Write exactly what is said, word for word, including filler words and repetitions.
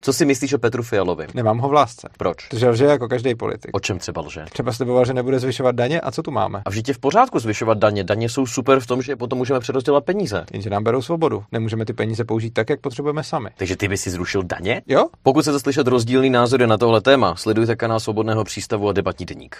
Co si myslíš o Petru Fialovi? Nemám ho v lásce. Proč? Protože lže jako každý politik. O čem třeba lže? Třeba sliboval, že nebude zvyšovat daně, a co tu máme? A vždyť je v pořádku zvyšovat daně. Daně jsou super v tom, že potom můžeme přerozdělovat peníze. Jenže nám berou svobodu. Nemůžeme ty peníze použít tak, jak potřebujeme sami. Takže ty by si zrušil daně? Jo? Pokud chcete slyšet rozdílný názory na tohle téma, sledujte kanál Svobodného přístavu a Debatní deník.